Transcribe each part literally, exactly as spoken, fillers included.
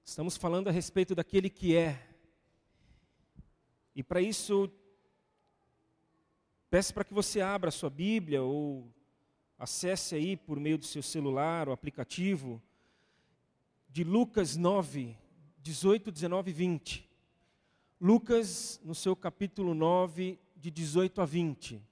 Estamos falando a respeito daquele que é. E para isso, peço para que você abra a sua Bíblia ou acesse aí por meio do seu celular, o aplicativo, de Lucas nove, dezoito, dezenove e vinte. Lucas, no seu capítulo nove, de dezoito a vinte.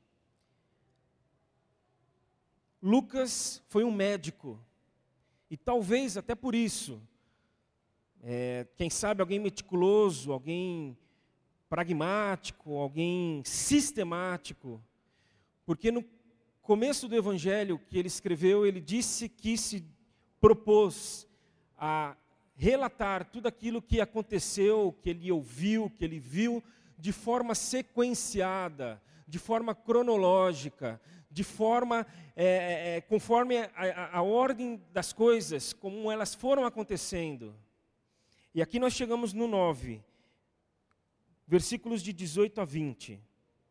Lucas foi um médico, e talvez até por isso, é, quem sabe alguém meticuloso, alguém pragmático, alguém sistemático, porque no começo do evangelho que ele escreveu, ele disse que se propôs a relatar tudo aquilo que aconteceu, que ele ouviu, que ele viu, de forma sequenciada, de forma cronológica, de forma, é, é, conforme a, a, a ordem das coisas, como elas foram acontecendo. E aqui nós chegamos no nove, versículos de dezoito a vinte.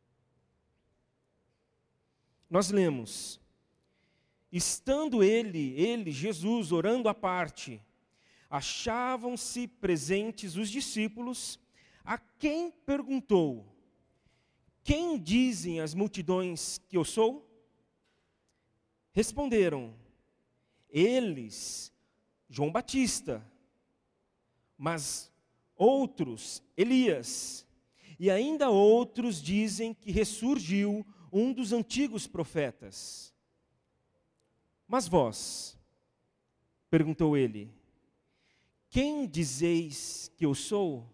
Nós lemos: estando ele, ele, Jesus, orando à parte, achavam-se presentes os discípulos, a quem perguntou: quem dizem as multidões que eu sou? Responderam eles, João Batista, mas outros, Elias, e ainda outros dizem que ressurgiu um dos antigos profetas. Mas vós, perguntou ele, quem dizeis que eu sou?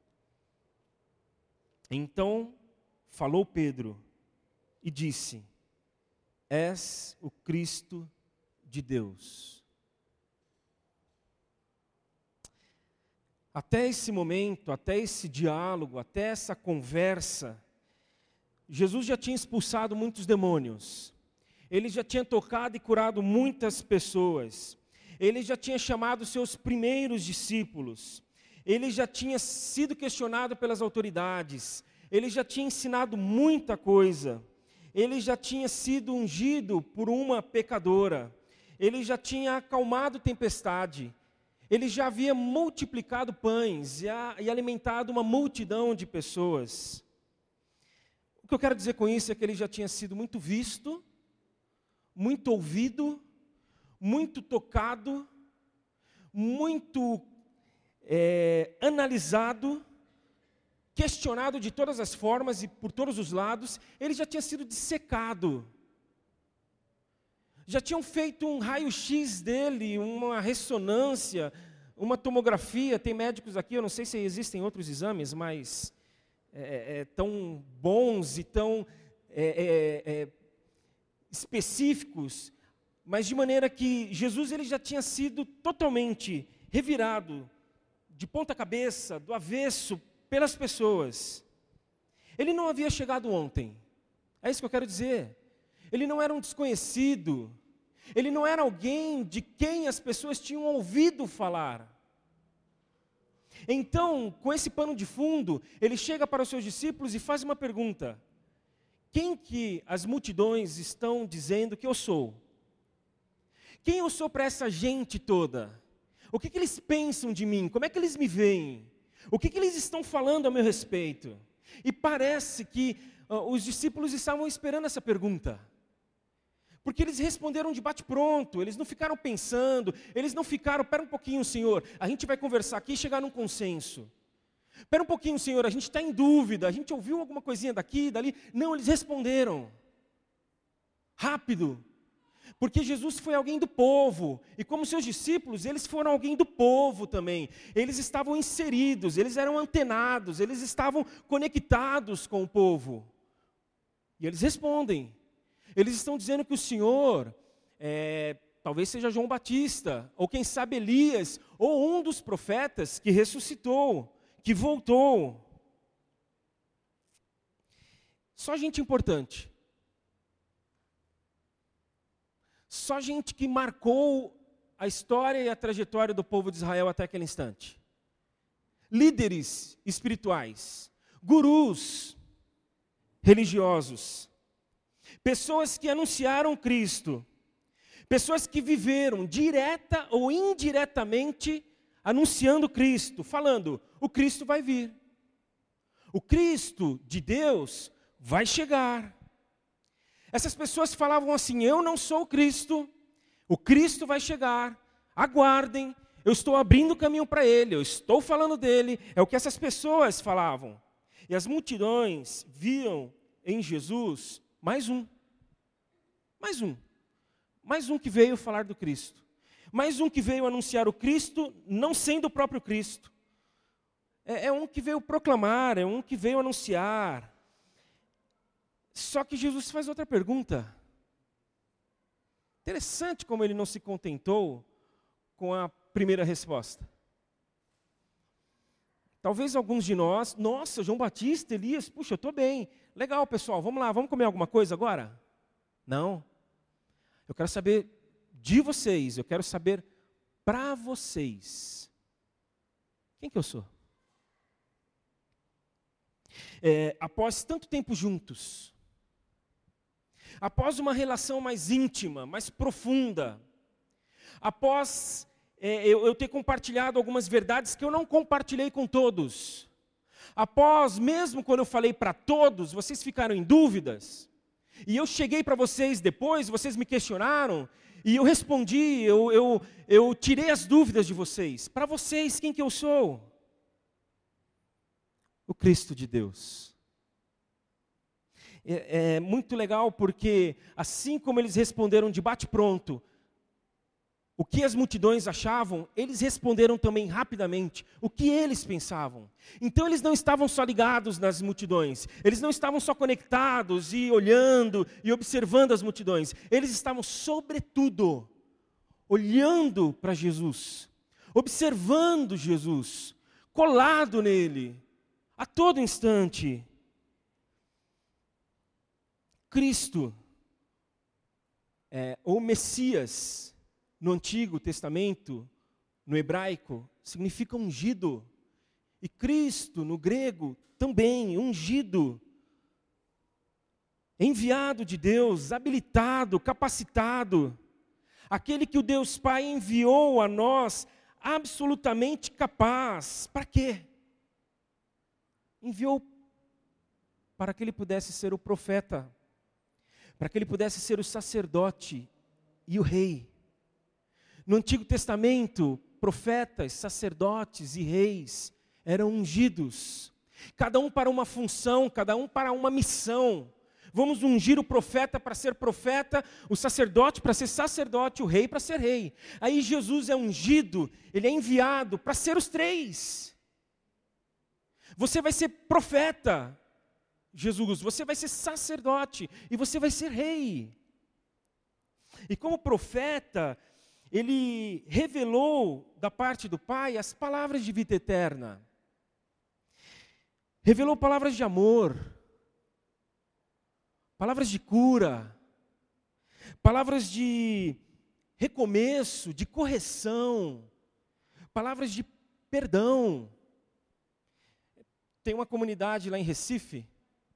Então falou Pedro e disse: és o Cristo de Deus. Até esse momento, até esse diálogo, até essa conversa, Jesus já tinha expulsado muitos demônios. Ele já tinha tocado e curado muitas pessoas. Ele já tinha chamado seus primeiros discípulos. Ele já tinha sido questionado pelas autoridades. Ele já tinha ensinado muita coisa. Ele já tinha sido ungido por uma pecadora. Ele já tinha acalmado tempestade. Ele já havia multiplicado pães e, a, e alimentado uma multidão de pessoas. O que eu quero dizer com isso é que ele já tinha sido muito visto, muito ouvido, muito tocado, muito é, analisado, questionado de todas as formas e por todos os lados. Ele já tinha sido dissecado. Já tinham feito um raio-x dele, uma ressonância, uma tomografia. Tem médicos aqui, eu não sei se existem outros exames, mas é, é, tão bons e tão é, é, é, específicos, mas de maneira que Jesus ele já tinha sido totalmente revirado, de ponta cabeça, do avesso, pelas pessoas. Ele não havia chegado ontem, é isso que eu quero dizer. Ele não era um desconhecido, ele não era alguém de quem as pessoas tinham ouvido falar. Então, com esse pano de fundo, ele chega para os seus discípulos e faz uma pergunta: quem que as multidões estão dizendo que eu sou? Quem eu sou para essa gente toda? O que, que eles pensam de mim? Como é que eles me veem? O que, que eles estão falando a meu respeito? E parece que uh, os discípulos estavam esperando essa pergunta. Porque eles responderam de bate-pronto, eles não ficaram pensando, eles não ficaram, pera um pouquinho, Senhor, a gente vai conversar aqui e chegar num consenso. Pera um pouquinho, Senhor, a gente está em dúvida, a gente ouviu alguma coisinha daqui, dali. Não, eles responderam. Rápido. Porque Jesus foi alguém do povo, e como seus discípulos, eles foram alguém do povo também. Eles estavam inseridos, eles eram antenados, eles estavam conectados com o povo. E eles respondem. Eles estão dizendo que o Senhor, é, talvez seja João Batista, ou quem sabe Elias, ou um dos profetas que ressuscitou, que voltou. Só gente importante. Só gente que marcou a história e a trajetória do povo de Israel até aquele instante. Líderes espirituais, gurus religiosos, pessoas que anunciaram Cristo, pessoas que viveram direta ou indiretamente anunciando Cristo, falando, o Cristo vai vir. O Cristo de Deus vai chegar. Essas pessoas falavam assim, eu não sou o Cristo, o Cristo vai chegar, aguardem, eu estou abrindo o caminho para Ele, eu estou falando dele, é o que essas pessoas falavam. E as multidões viam em Jesus mais um, mais um, mais um que veio falar do Cristo, mais um que veio anunciar o Cristo, não sendo o próprio Cristo. É, é um que veio proclamar, é um que veio anunciar. Só que Jesus faz outra pergunta. Interessante como ele não se contentou com a primeira resposta. Talvez alguns de nós, nossa, João Batista, Elias, puxa, eu estou bem. Legal, pessoal, vamos lá, vamos comer alguma coisa agora? Não. Eu quero saber de vocês, eu quero saber para vocês. Quem que eu sou? É, após tanto tempo juntos, após uma relação mais íntima, mais profunda, após é, eu, eu ter compartilhado algumas verdades que eu não compartilhei com todos, após, mesmo quando eu falei para todos, vocês ficaram em dúvidas, e eu cheguei para vocês depois, vocês me questionaram, e eu respondi, eu, eu, eu tirei as dúvidas de vocês. Para vocês, quem que eu sou? O Cristo de Deus. É, é muito legal porque, assim como eles responderam de bate-pronto, o que as multidões achavam, eles responderam também rapidamente o que eles pensavam. Então eles não estavam só ligados nas multidões, eles não estavam só conectados e olhando e observando as multidões, eles estavam sobretudo olhando para Jesus, observando Jesus, colado nele, a todo instante. Cristo, é, ou Messias, no Antigo Testamento, no hebraico, significa ungido. E Cristo, no grego, também, ungido. Enviado de Deus, habilitado, capacitado. Aquele que o Deus Pai enviou a nós, absolutamente capaz. Para quê? Enviou para que ele pudesse ser o profeta, para que ele pudesse ser o sacerdote e o rei. No Antigo Testamento, profetas, sacerdotes e reis eram ungidos, cada um para uma função, cada um para uma missão. Vamos ungir o profeta para ser profeta, o sacerdote para ser sacerdote, o rei para ser rei. Aí Jesus é ungido, ele é enviado para ser os três. Você vai ser profeta, Jesus, você vai ser sacerdote e você vai ser rei. E como profeta, ele revelou da parte do Pai as palavras de vida eterna. Revelou palavras de amor, palavras de cura, palavras de recomeço, de correção, palavras de perdão. Tem uma comunidade lá em Recife,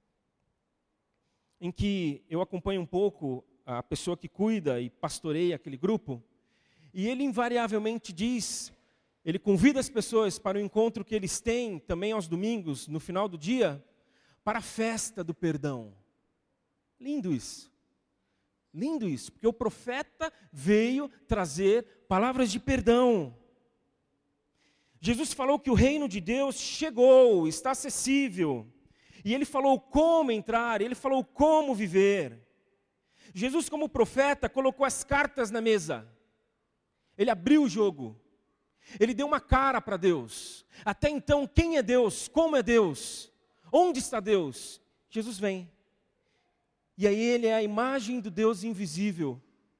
em que eu acompanho um pouco a pessoa que cuida e pastoreia aquele grupo, e ele invariavelmente diz, ele convida as pessoas para o encontro que eles têm também aos domingos, no final do dia, para a festa do perdão. Lindo isso. Lindo isso, porque o profeta veio trazer palavras de perdão. Jesus falou que o reino de Deus chegou, está acessível. E ele falou como entrar, ele falou como viver. Jesus, como profeta, colocou as cartas na mesa. Ele abriu o jogo. Ele deu uma cara para Deus. Até então, quem é Deus? Como é Deus? Onde está Deus? Jesus vem. E aí ele é a imagem do Deus invisível.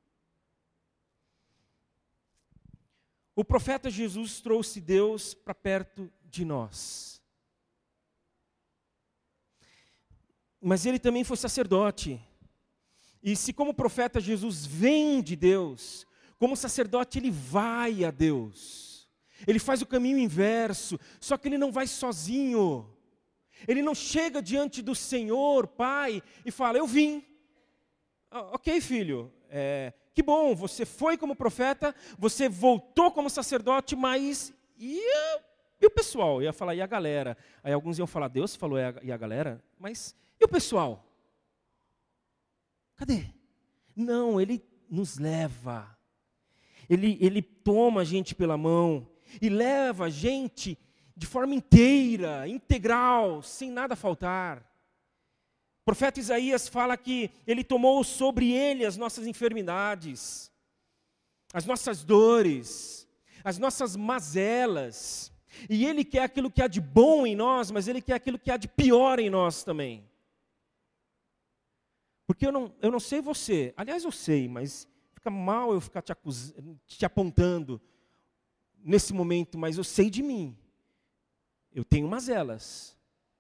O profeta Jesus trouxe Deus para perto de nós. Mas ele também foi sacerdote. E se como profeta Jesus vem de Deus, como sacerdote ele vai a Deus. Ele faz o caminho inverso, só que ele não vai sozinho. Ele não chega diante do Senhor, Pai, e fala, eu vim. Ah, ok, filho, é, que bom, você foi como profeta, você voltou como sacerdote, mas e, e o pessoal? Eu ia falar, e a galera? Aí alguns iam falar, Deus falou, e a, e a galera? Mas e o pessoal? Cadê? Não, ele nos leva. Ele, ele toma a gente pela mão e leva a gente de forma inteira, integral, sem nada faltar. O profeta Isaías fala que ele tomou sobre ele as nossas enfermidades, as nossas dores, as nossas mazelas. E ele quer aquilo que há de bom em nós, mas ele quer aquilo que há de pior em nós também. Porque eu não, eu não sei você, aliás eu sei, mas fica mal eu ficar te, acus... te apontando nesse momento, mas eu sei de mim. Eu tenho mazelas.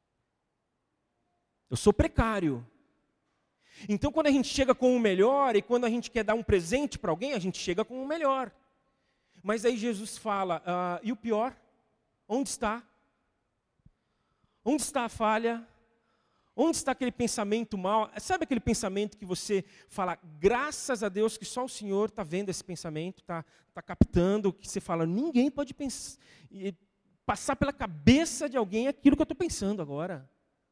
Eu sou precário. Então quando a gente chega com o melhor, e quando a gente quer dar um presente para alguém, a gente chega com o melhor. Mas aí Jesus fala, ah, e o pior? Onde está? Onde está a falha? Onde está aquele pensamento mal? Sabe aquele pensamento que você fala, graças a Deus que só o Senhor está vendo esse pensamento, está tá captando, que você fala, ninguém pode pensar, passar pela cabeça de alguém aquilo que eu estou pensando agora.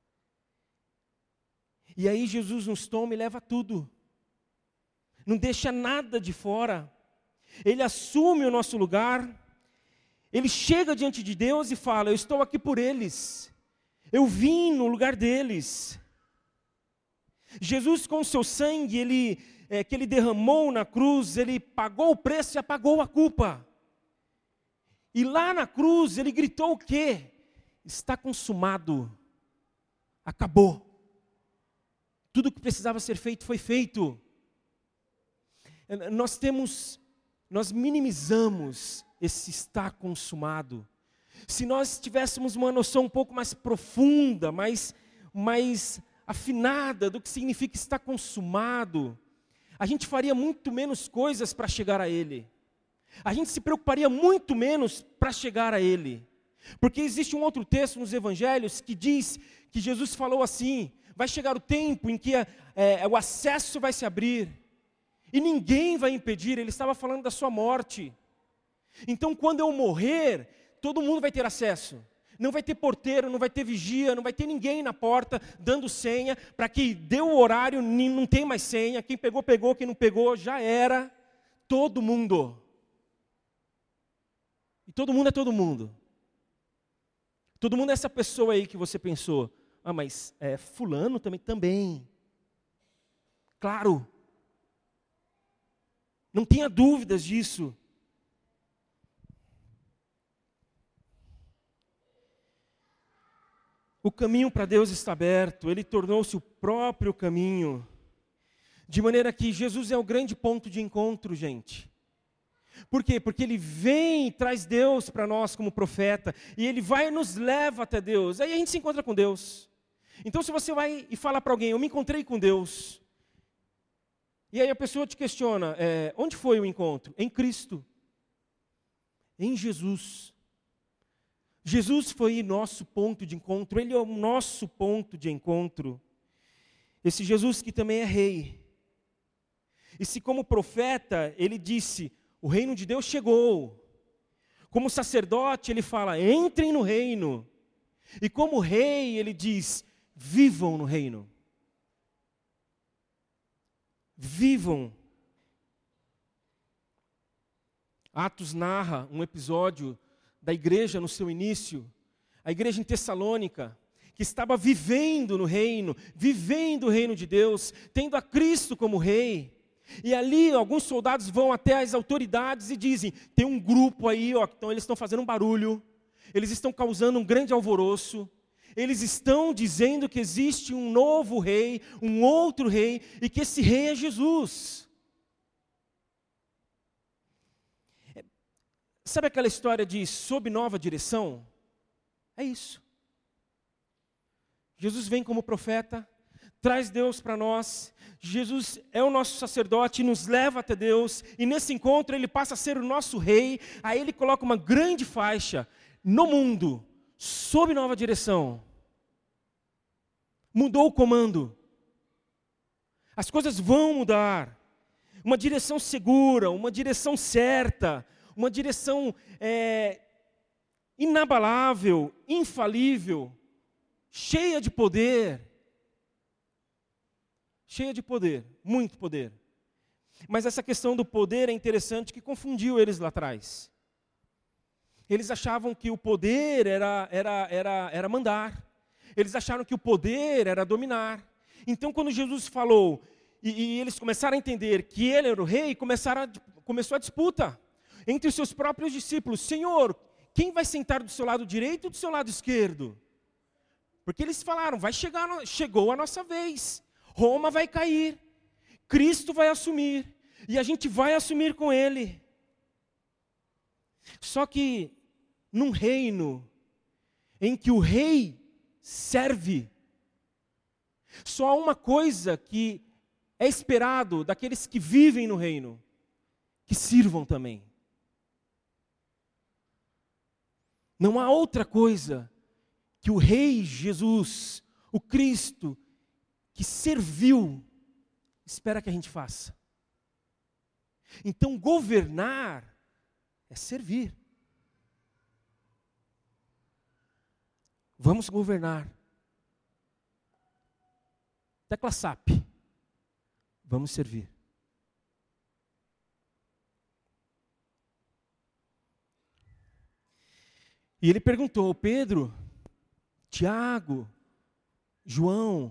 E aí Jesus nos toma e leva tudo. Não deixa nada de fora. Ele assume o nosso lugar. Ele chega diante de Deus e fala, eu estou aqui por eles. Eu vim no lugar deles. Jesus, com o seu sangue, ele, é, que ele derramou na cruz, ele pagou o preço e apagou a culpa. E lá na cruz, ele gritou o quê? Está consumado. Acabou. Tudo que precisava ser feito, foi feito. Nós temos, nós minimizamos esse está consumado. Se nós tivéssemos uma noção um pouco mais profunda, mais, mais afinada do que significa estar consumado, a gente faria muito menos coisas para chegar a Ele. A gente se preocuparia muito menos para chegar a Ele. Porque existe um outro texto nos Evangelhos que diz que Jesus falou assim, vai chegar o tempo em que é, o acesso vai se abrir, e ninguém vai impedir, ele estava falando da sua morte. Então quando eu morrer, todo mundo vai ter acesso. Não vai ter porteiro, não vai ter vigia, não vai ter ninguém na porta dando senha, para que deu o horário, não tem mais senha, quem pegou, pegou, quem não pegou, já era. Todo mundo. E todo mundo é todo mundo. Todo mundo é essa pessoa aí que você pensou, ah, mas é, fulano também, também. Claro. Não tenha dúvidas disso. O caminho para Deus está aberto, Ele tornou-se o próprio caminho. De maneira que Jesus é o grande ponto de encontro, gente. Por quê? Porque Ele vem e traz Deus para nós como profeta, e Ele vai e nos leva até Deus. Aí a gente se encontra com Deus. Então se você vai e fala para alguém, eu me encontrei com Deus. E aí a pessoa te questiona, é, onde foi o encontro? Em Cristo. Em Jesus. Jesus foi nosso ponto de encontro, Ele é o nosso ponto de encontro. Esse Jesus que também é rei. E se como profeta, ele disse, o reino de Deus chegou. Como sacerdote, ele fala, entrem no reino. E como rei, ele diz, vivam no reino. Vivam. Atos narra um episódio da igreja no seu início, a igreja em Tessalônica, que estava vivendo no reino, vivendo o reino de Deus, tendo a Cristo como rei. E ali alguns soldados vão até as autoridades e dizem, tem um grupo aí, ó, então eles estão fazendo um barulho, eles estão causando um grande alvoroço, eles estão dizendo que existe um novo rei, um outro rei, e que esse rei é Jesus. Sabe aquela história de sob nova direção? É isso. Jesus vem como profeta, traz Deus para nós. Jesus é o nosso sacerdote, nos leva até Deus. E nesse encontro ele passa a ser o nosso rei. Aí ele coloca uma grande faixa no mundo, sob nova direção. Mudou o comando. As coisas vão mudar. Uma direção segura, uma direção certa. Uma direção é, inabalável, infalível, cheia de poder. Cheia de poder, muito poder. Mas essa questão do poder é interessante que confundiu eles lá atrás. Eles achavam que o poder era, era, era, era mandar. Eles acharam que o poder era dominar. Então, quando Jesus falou, e, e eles começaram a entender que ele era o rei, começaram a, começou a disputa entre os seus próprios discípulos. Senhor, quem vai sentar do seu lado direito ou do seu lado esquerdo? Porque eles falaram, vai chegar, chegou a nossa vez. Roma vai cair, Cristo vai assumir, e a gente vai assumir com Ele. Só que, num reino em que o rei serve, só há uma coisa que é esperado daqueles que vivem no reino, que sirvam também. Não há outra coisa que o rei Jesus, o Cristo, que serviu, espera que a gente faça. Então, governar é servir. Vamos governar. Tecla S A P. Vamos servir. E ele perguntou, Pedro, Tiago, João,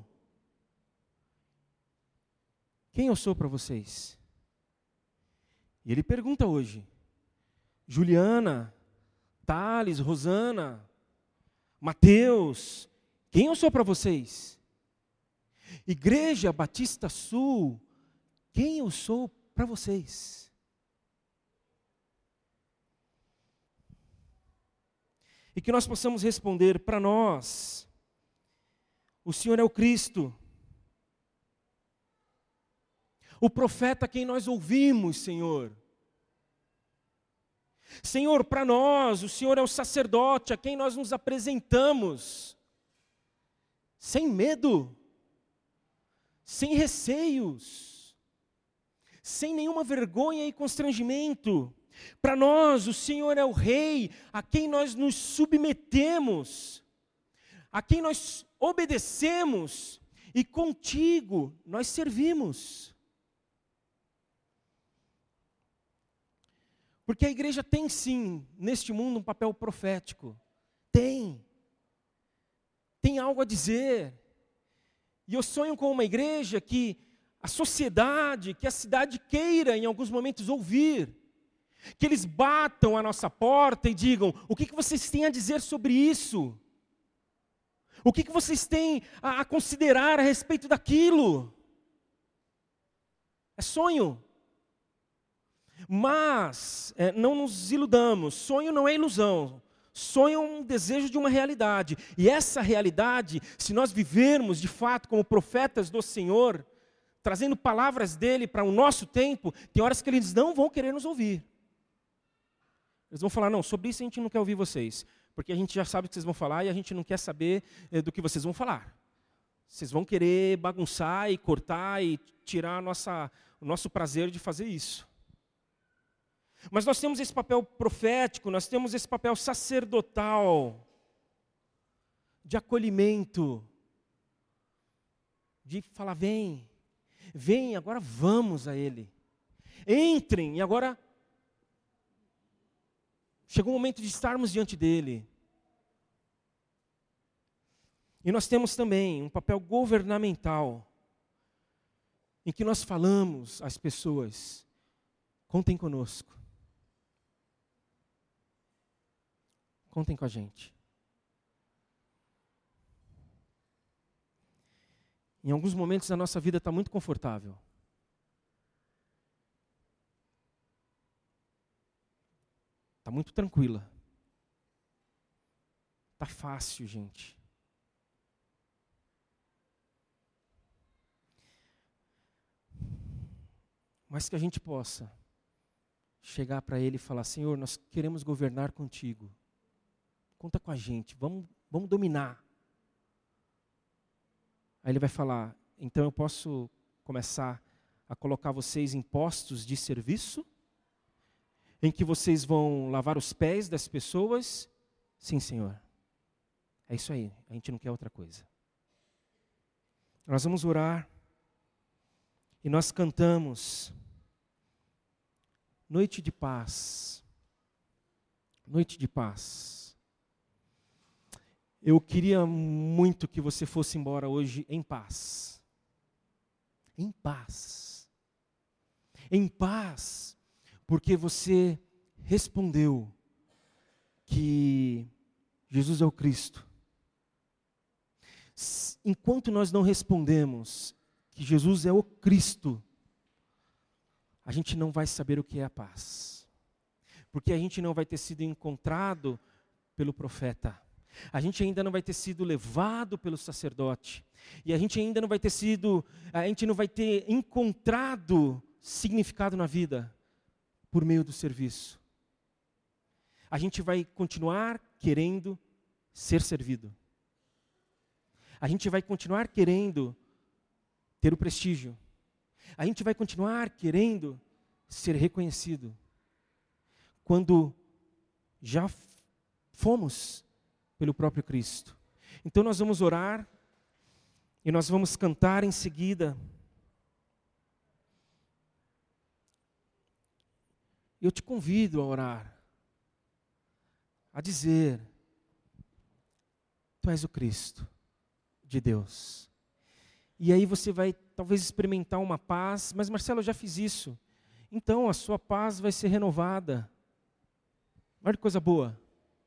quem eu sou para vocês? E ele pergunta hoje, Juliana, Thales, Rosana, Mateus, quem eu sou para vocês? Igreja Batista Sul, quem eu sou para vocês? E que nós possamos responder para nós, o Senhor é o Cristo, o profeta a quem nós ouvimos, Senhor. Senhor, para nós, o Senhor é o sacerdote a quem nós nos apresentamos, sem medo, sem receios, sem nenhuma vergonha e constrangimento. Para nós, o Senhor é o Rei a quem nós nos submetemos, a quem nós obedecemos, e contigo nós servimos. Porque a igreja tem sim, neste mundo, um papel profético. Tem. Tem algo a dizer. E eu sonho com uma igreja que a sociedade, que a cidade queira em alguns momentos ouvir. Que eles batam a nossa porta e digam, o que, que vocês têm a dizer sobre isso? O que, que vocês têm a, a considerar a respeito daquilo? É sonho. Mas, é, não nos iludamos, sonho não é ilusão, sonho é um desejo de uma realidade, e essa realidade, se nós vivermos de fato como profetas do Senhor, trazendo palavras dele para o nosso tempo, tem horas que eles não vão querer nos ouvir. Eles vão falar, não, sobre isso a gente não quer ouvir vocês, porque a gente já sabe o que vocês vão falar e a gente não quer saber é, do que vocês vão falar. Vocês vão querer bagunçar e cortar e tirar a nossa, o nosso prazer de fazer isso. Mas nós temos esse papel profético, nós temos esse papel sacerdotal, de acolhimento, de falar, vem, vem, agora vamos a Ele. Entrem, e agora chegou o momento de estarmos diante dEle. E nós temos também um papel governamental, em que nós falamos às pessoas, contem conosco. Contem com a gente. Em alguns momentos a nossa vida está muito confortável. Está muito tranquila. Está fácil, gente. Mas que a gente possa chegar para Ele e falar, Senhor, nós queremos governar contigo. Conta com a gente, vamos, vamos dominar. Aí Ele vai falar, então eu posso começar a colocar vocês em postos de serviço, em que vocês vão lavar os pés das pessoas Sim, Senhor. É isso aí, a gente não quer outra coisa. Nós vamos orar e nós cantamos Noite de Paz. Noite de paz. Eu queria muito que você fosse embora hoje em paz. Em paz. Em paz, porque você respondeu que Jesus é o Cristo. Enquanto nós não respondemos que Jesus é o Cristo, a gente não vai saber o que é a paz. Porque a gente não vai ter sido encontrado pelo profeta. A gente ainda não vai ter sido levado pelo sacerdote. E a gente ainda não vai ter sido, a gente não vai ter encontrado significado na vida por meio do serviço. A gente vai continuar querendo ser servido. A gente vai continuar querendo ter o prestígio. A gente vai continuar querendo ser reconhecido. Quando já fomos pelo próprio Cristo. Então nós vamos orar e nós vamos cantar em seguida. Eu te convido a orar, a dizer: Tu és o Cristo de Deus. E aí você vai talvez experimentar uma paz, mas Marcelo, eu já fiz isso. Então a sua paz vai ser renovada. Olha que coisa boa.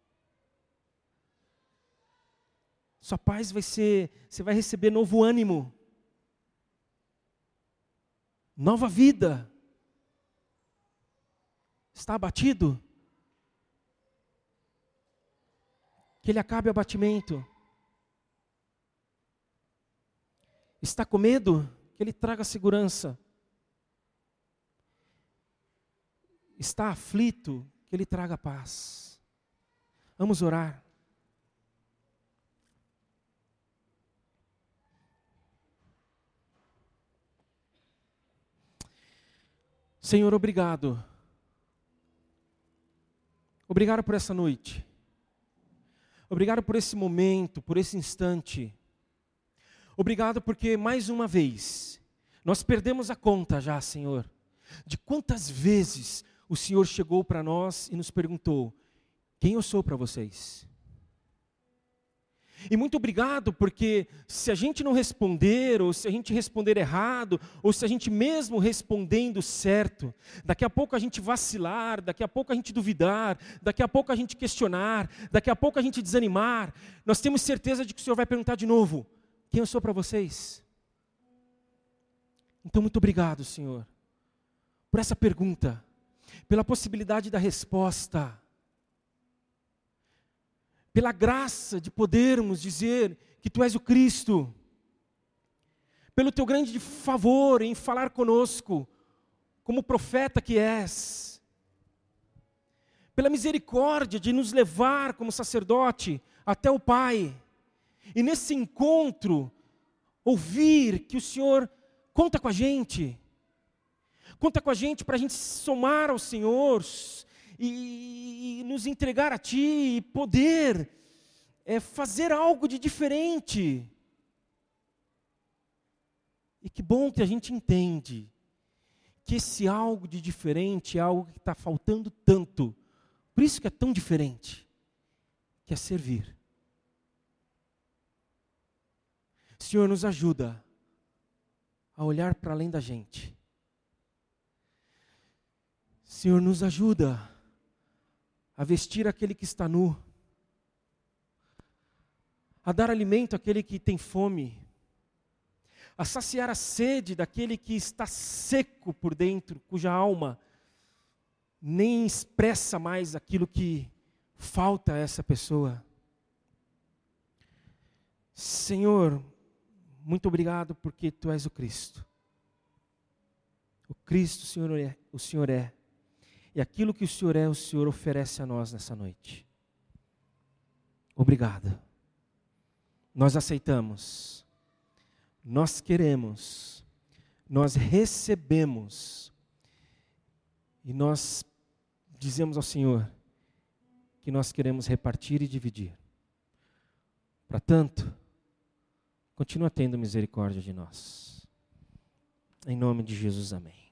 Sua paz vai ser, você vai receber novo ânimo. Nova vida. Está abatido? Que ele acabe o abatimento. Está com medo? Que ele traga segurança. Está aflito? Que ele traga paz. Vamos orar. Senhor, obrigado. Obrigado por essa noite. Obrigado por esse momento, por esse instante. Obrigado porque, mais uma vez, nós perdemos a conta já, Senhor, de quantas vezes o Senhor chegou para nós e nos perguntou: quem eu sou para vocês? E muito obrigado, porque se a gente não responder, ou se a gente responder errado, ou se a gente mesmo respondendo certo, daqui a pouco a gente vacilar, daqui a pouco a gente duvidar, daqui a pouco a gente questionar, daqui a pouco a gente desanimar, nós temos certeza de que o Senhor vai perguntar de novo: quem eu sou para vocês? Então muito obrigado, Senhor, por essa pergunta, pela possibilidade da resposta, pela graça de podermos dizer que Tu és o Cristo, pelo Teu grande favor em falar conosco, como profeta que és, pela misericórdia de nos levar como sacerdote até o Pai, e nesse encontro, ouvir que o Senhor conta com a gente, conta com a gente para a gente somar ao Senhor, E, e nos entregar a Ti, e poder é, fazer algo de diferente. E que bom que a gente entende que esse algo de diferente é algo que está faltando tanto. Por isso que é tão diferente, que é servir. Senhor, nos ajuda a olhar para além da gente. Senhor, nos ajuda a vestir aquele que está nu, a dar alimento àquele que tem fome, a saciar a sede daquele que está seco por dentro, cuja alma nem expressa mais aquilo que falta a essa pessoa. Senhor, muito obrigado porque Tu és o Cristo. O Cristo, Senhor, é, o Senhor é. E aquilo que o Senhor é, o Senhor oferece a nós nessa noite. Obrigado. Nós aceitamos. Nós queremos. Nós recebemos. E nós dizemos ao Senhor que nós queremos repartir e dividir. Para tanto, continua tendo misericórdia de nós. Em nome de Jesus, amém.